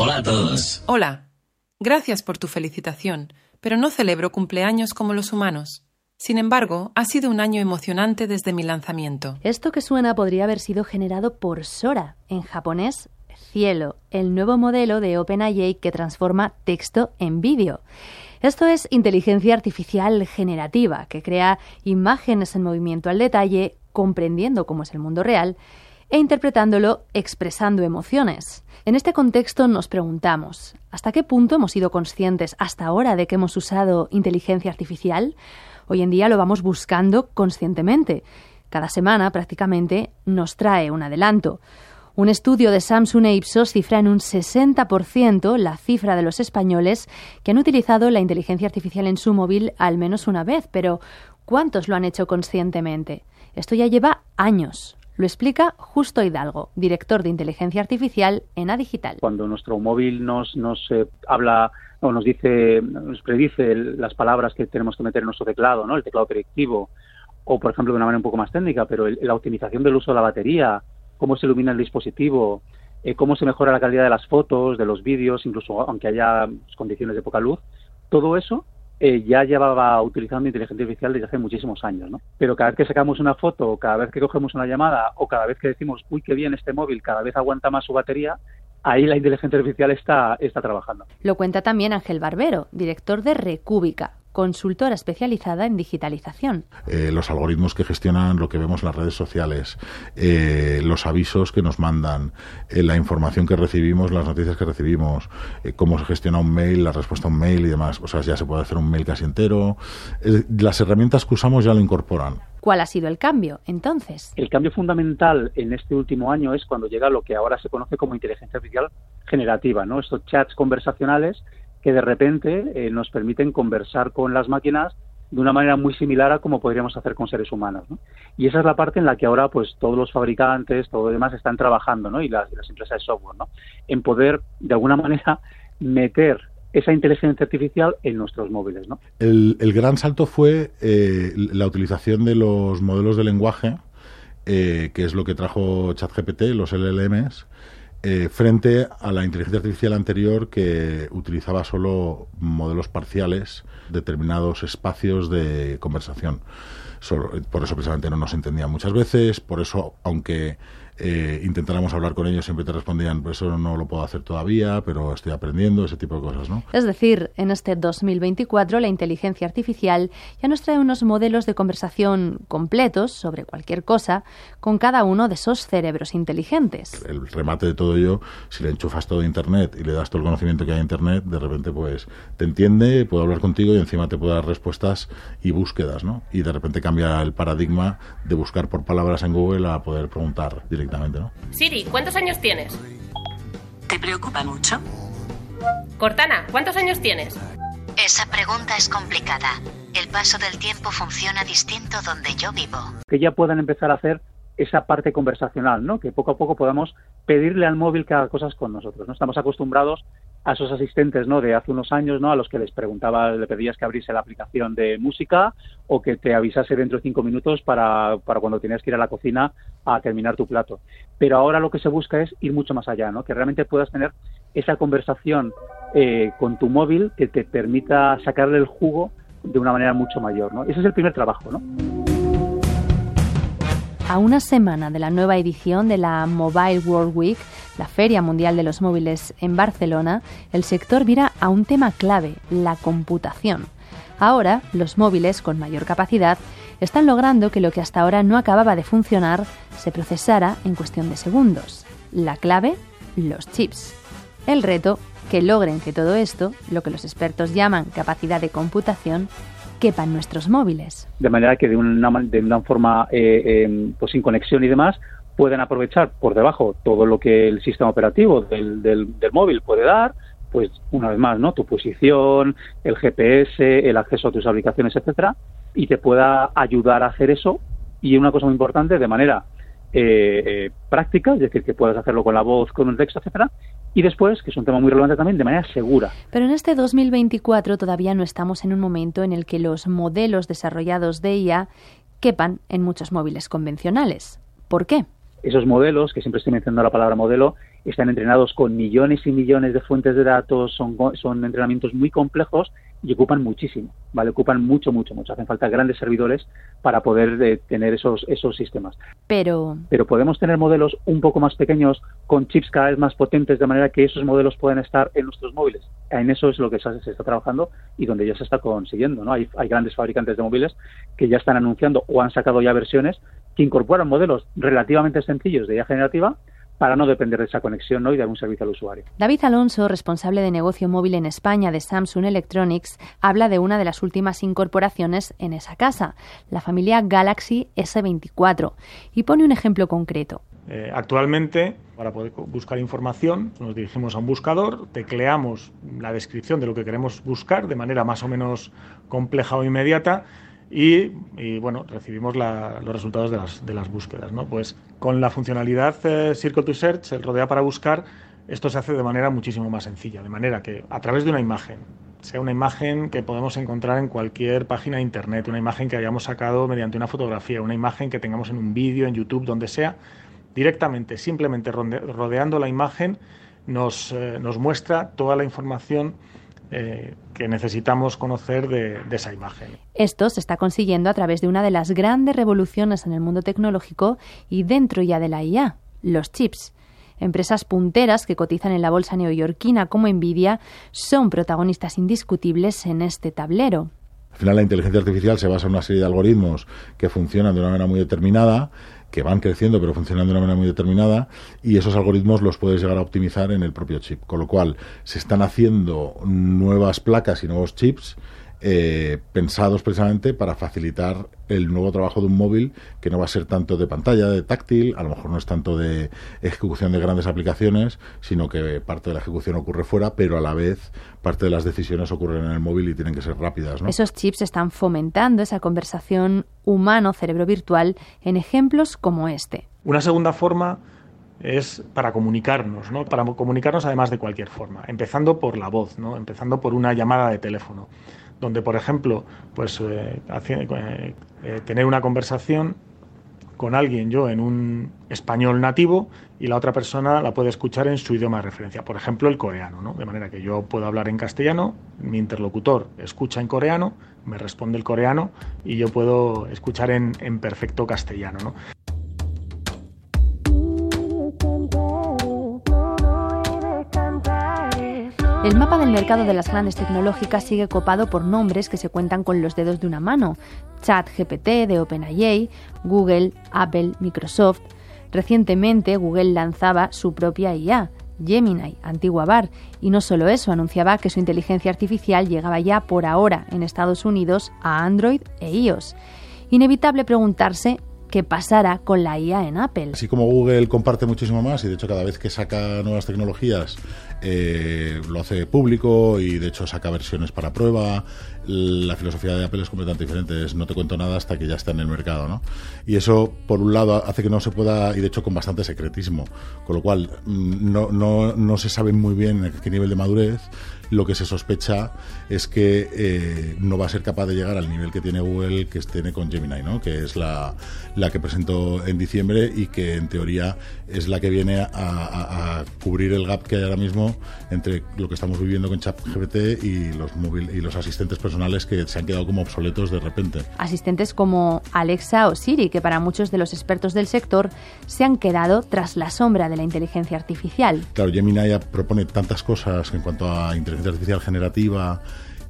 Hola a todos. Hola. Gracias por tu felicitación, pero no celebro cumpleaños como los humanos. Sin embargo, ha sido un año emocionante desde mi lanzamiento. Esto que suena podría haber sido generado por Sora, en japonés, cielo, el nuevo modelo de OpenAI que transforma texto en vídeo. Esto es inteligencia artificial generativa, que crea imágenes en movimiento al detalle, comprendiendo cómo es el mundo real, e interpretándolo expresando emociones. En este contexto nos preguntamos, ¿hasta qué punto hemos sido conscientes hasta ahora de que hemos usado inteligencia artificial? Hoy en día lo vamos buscando conscientemente. Cada semana prácticamente nos trae un adelanto. Un estudio de Samsung e Ipsos cifra en un 60% la cifra de los españoles que han utilizado la inteligencia artificial en su móvil al menos una vez, pero ¿cuántos lo han hecho conscientemente? Esto ya lleva años. Lo explica Justo Hidalgo, director de inteligencia artificial en A-Digital. Cuando nuestro móvil nos habla o nos predice las palabras que tenemos que meter en nuestro teclado, ¿no? El teclado predictivo, o por ejemplo de una manera un poco más técnica, pero la optimización del uso de la batería, cómo se ilumina el dispositivo, cómo se mejora la calidad de las fotos, de los vídeos, incluso aunque haya condiciones de poca luz, todo eso ya llevaba utilizando inteligencia artificial desde hace muchísimos años, ¿no? Pero cada vez que sacamos una foto, cada vez que cogemos una llamada o cada vez que decimos, uy, qué bien este móvil, cada vez aguanta más su batería, ahí la inteligencia artificial está trabajando. Lo cuenta también Ángel Barbero, director de Recúbica, consultora especializada en digitalización. Los algoritmos que gestionan lo que vemos en las redes sociales, los avisos que nos mandan, la información que recibimos, las noticias que recibimos, cómo se gestiona un mail, la respuesta a un mail y demás. O sea, ya se puede hacer un mail casi entero. Las herramientas que usamos ya lo incorporan. ¿Cuál ha sido el cambio, entonces? El cambio fundamental en este último año es cuando llega lo que ahora se conoce como inteligencia artificial generativa, ¿no? Estos chats conversacionales que de repente nos permiten conversar con las máquinas de una manera muy similar a como podríamos hacer con seres humanos, ¿no? Y esa es la parte en la que ahora pues todos los fabricantes, todo lo demás están trabajando, ¿no? Y las empresas de software, ¿no? En poder, de alguna manera, meter esa inteligencia artificial en nuestros móviles, ¿no? El gran salto fue la utilización de los modelos de lenguaje, que es lo que trajo ChatGPT, los LLMs, frente a la inteligencia artificial anterior que utilizaba solo modelos parciales, determinados espacios de conversación. Por eso precisamente no nos entendían muchas veces, por eso, aunque intentáramos hablar con ellos, siempre te respondían, pues eso no lo puedo hacer todavía, pero estoy aprendiendo, ese tipo de cosas, ¿no? Es decir, en este 2024 la inteligencia artificial ya nos trae unos modelos de conversación completos sobre cualquier cosa, con cada uno de esos cerebros inteligentes. El remate de todo ello, si le enchufas todo a Internet y le das todo el conocimiento que hay en Internet, de repente pues te entiende, puede hablar contigo y encima te puede dar respuestas y búsquedas, ¿no? Y de repente cambia el paradigma de buscar por palabras en Google a poder preguntar directamente, ¿no? Siri, ¿cuántos años tienes? ¿Te preocupa mucho? Cortana, ¿cuántos años tienes? Esa pregunta es complicada. El paso del tiempo funciona distinto donde yo vivo. Que ya puedan empezar a hacer esa parte conversacional, ¿no? Que poco a poco podamos pedirle al móvil que haga cosas con nosotros, ¿no? Estamos acostumbrados a esos asistentes, ¿no? De hace unos años, ¿no? A los que le pedías que abriese la aplicación de música o que te avisase dentro de 5 minutos para cuando tenías que ir a la cocina a terminar tu plato. Pero ahora lo que se busca es ir mucho más allá, ¿no? Que realmente puedas tener esa conversación con tu móvil que te permita sacarle el jugo de una manera mucho mayor, ¿no? Ese es el primer trabajo, ¿no? A una semana de la nueva edición de la Mobile World Week, la Feria Mundial de los Móviles en Barcelona, el sector mira a un tema clave, la computación. Ahora, los móviles con mayor capacidad están logrando que lo que hasta ahora no acababa de funcionar se procesara en cuestión de segundos. La clave, los chips. El reto, que logren que todo esto, lo que los expertos llaman capacidad de computación, quepa en nuestros móviles. De manera que de una forma pues sin conexión y demás puedan aprovechar por debajo todo lo que el sistema operativo del móvil puede dar, pues una vez más, ¿no? Tu posición, el GPS, el acceso a tus aplicaciones, etcétera, y te pueda ayudar a hacer eso, y una cosa muy importante, de manera práctica, es decir, que puedas hacerlo con la voz, con el texto, etcétera, y después, que es un tema muy relevante también, de manera segura. Pero en este 2024 todavía no estamos en un momento en el que los modelos desarrollados de IA quepan en muchos móviles convencionales. ¿Por qué? Esos modelos, que siempre estoy mencionando la palabra modelo, están entrenados con millones y millones de fuentes de datos, son entrenamientos muy complejos y ocupan muchísimo, ¿vale? Ocupan mucho. Hacen falta grandes servidores para poder tener esos sistemas. Pero podemos tener modelos un poco más pequeños con chips cada vez más potentes, de manera que esos modelos puedan estar en nuestros móviles. En eso es lo que se está trabajando y donde ya se está consiguiendo, ¿no? Hay grandes fabricantes de móviles que ya están anunciando o han sacado ya versiones que incorporan modelos relativamente sencillos de IA generativa para no depender de esa conexión, ¿no? Y de algún servicio al usuario. David Alonso, responsable de negocio móvil en España de Samsung Electronics, habla de una de las últimas incorporaciones en esa casa, la familia Galaxy S24, y pone un ejemplo concreto. Actualmente, para poder buscar información, nos dirigimos a un buscador, tecleamos la descripción de lo que queremos buscar de manera más o menos compleja o inmediata, y bueno, recibimos los resultados de las búsquedas, ¿no? Pues con la funcionalidad Circle to Search, el rodea para buscar, esto se hace de manera muchísimo más sencilla, de manera que a través de una imagen, sea una imagen que podemos encontrar en cualquier página de internet, una imagen que hayamos sacado mediante una fotografía, una imagen que tengamos en un vídeo, en YouTube, donde sea, directamente, simplemente rodeando la imagen, nos muestra toda la información que necesitamos conocer de esa imagen. Esto se está consiguiendo a través de una de las grandes revoluciones en el mundo tecnológico y dentro ya de la IA, los chips. Empresas punteras que cotizan en la bolsa neoyorquina como Nvidia son protagonistas indiscutibles en este tablero. Al final la inteligencia artificial se basa en una serie de algoritmos que funcionan de una manera muy determinada, que van creciendo pero funcionan de una manera muy determinada, y esos algoritmos los puedes llegar a optimizar en el propio chip. Con lo cual se están haciendo nuevas placas y nuevos chips pensados precisamente para facilitar el nuevo trabajo de un móvil, que no va a ser tanto de pantalla, de táctil, a lo mejor no es tanto de ejecución de grandes aplicaciones, sino que parte de la ejecución ocurre fuera, pero a la vez parte de las decisiones ocurren en el móvil y tienen que ser rápidas, ¿no? Esos chips están fomentando esa conversación humano-cerebro virtual en ejemplos como este. Una segunda forma es para comunicarnos, ¿no? Para comunicarnos además de cualquier forma, empezando por la voz, ¿no? Empezando por una llamada de teléfono, donde, por ejemplo, pues tener una conversación con alguien, yo en un español nativo, y la otra persona la puede escuchar en su idioma de referencia, por ejemplo el coreano, ¿no? De manera que yo puedo hablar en castellano, mi interlocutor escucha en coreano, me responde el coreano y yo puedo escuchar en perfecto castellano, ¿no? El mapa del mercado de las grandes tecnológicas sigue copado por nombres que se cuentan con los dedos de una mano. ChatGPT de OpenAI, Google, Apple, Microsoft. Recientemente Google lanzaba su propia IA, Gemini, antigua Bard, y no solo eso, anunciaba que su inteligencia artificial llegaba ya por ahora en Estados Unidos a Android e iOS. Inevitable preguntarse qué pasará con la IA en Apple. Así como Google comparte muchísimo más, y de hecho cada vez que saca nuevas tecnologías lo hace público, y de hecho saca versiones para prueba, la filosofía de Apple es completamente diferente, es no te cuento nada hasta que ya está en el mercado, ¿no? Y eso, por un lado, hace que no se pueda, y de hecho con bastante secretismo, con lo cual no se sabe muy bien a qué nivel de madurez. Lo que se sospecha es que no va a ser capaz de llegar al nivel que tiene Google, que tiene con Gemini, ¿no? Que es la que presentó en diciembre y que en teoría es la que viene a cubrir el gap que hay ahora mismo entre lo que estamos viviendo con ChatGPT y los asistentes personales que se han quedado como obsoletos de repente. Asistentes como Alexa o Siri, que para muchos de los expertos del sector se han quedado tras la sombra de la inteligencia artificial. Claro, Gemini ya propone tantas cosas en cuanto a inteligencia artificial generativa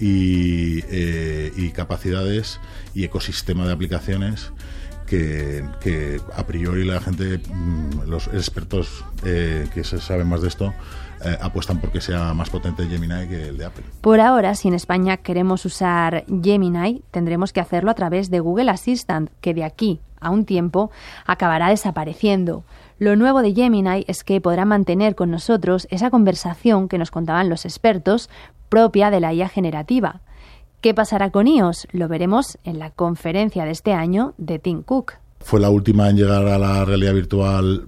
y capacidades y ecosistema de aplicaciones que a priori la gente, los expertos que saben más de esto, apuestan porque sea más potente Gemini que el de Apple. Por ahora, si en España queremos usar Gemini, tendremos que hacerlo a través de Google Assistant, que de aquí a un tiempo acabará desapareciendo. Lo nuevo de Gemini es que podrá mantener con nosotros esa conversación que nos contaban los expertos, propia de la IA generativa. ¿Qué pasará con iOS? Lo veremos en la conferencia de este año de Tim Cook. Fue la última en llegar a la realidad virtual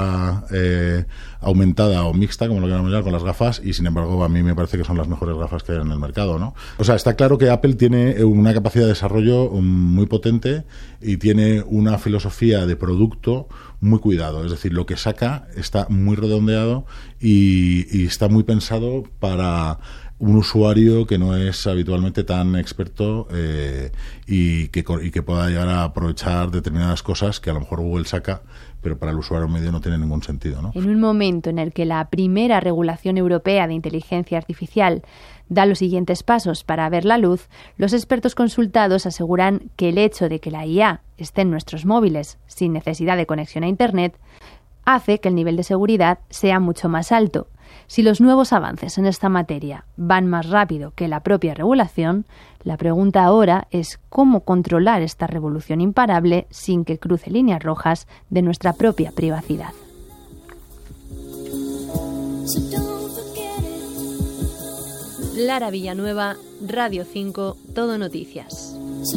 / aumentada o mixta, como lo queramos llamar, con las gafas, y sin embargo a mí me parece que son las mejores gafas que hay en el mercado, ¿no? O sea, está claro que Apple tiene una capacidad de desarrollo muy potente y tiene una filosofía de producto muy cuidado. Es decir, lo que saca está muy redondeado y está muy pensado para un usuario que no es habitualmente tan experto y que pueda llegar a aprovechar determinadas cosas que a lo mejor Google saca, pero para el usuario medio no tiene ningún sentido, ¿no? En un momento en el que la primera regulación europea de inteligencia artificial da los siguientes pasos para ver la luz, los expertos consultados aseguran que el hecho de que la IA esté en nuestros móviles sin necesidad de conexión a Internet hace que el nivel de seguridad sea mucho más alto. Si los nuevos avances en esta materia van más rápido que la propia regulación, la pregunta ahora es cómo controlar esta revolución imparable sin que cruce líneas rojas de nuestra propia privacidad. Lara Villanueva, Radio 5, Todo Noticias.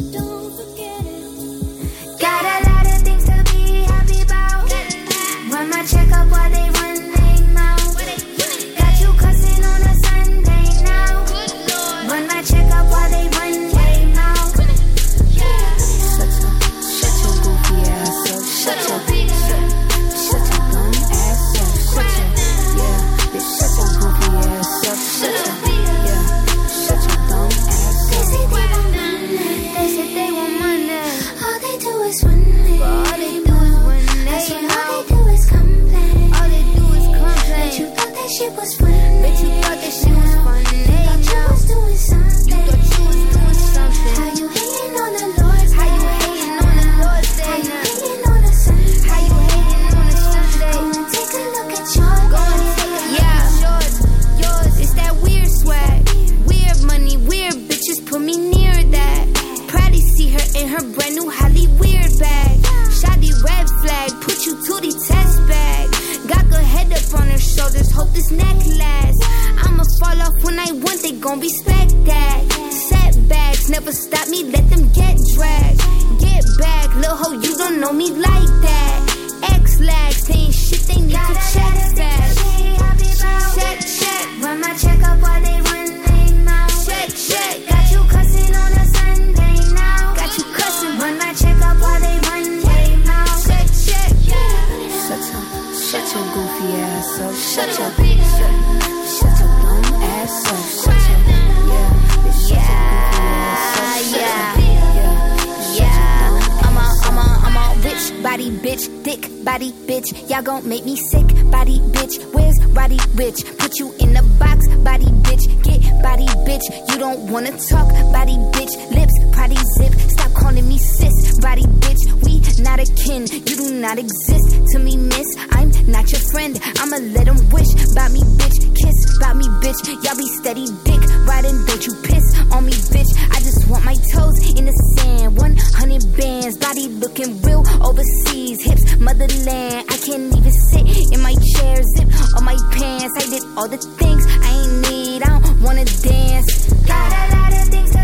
Y'all gon' make me sick, body bitch. Where's body rich? Put you in the box, body bitch. Get body bitch. You don't wanna talk, body bitch. Lips, potty zip. Stop calling me sis, body bitch. We not a kin. You do not exist to me, miss. I'm not your friend. I'ma let them wish about me, bitch. Kiss about me, bitch. Y'all be steady dick riding. Don't you piss on me, bitch. I just want my toes in the sand. 100 bands, body looking real overseas. Hips, motherland. I can't even sit in my chair. Zip on my pants. I did all the things I ain't need. I don't wanna dance. Got a lot of things to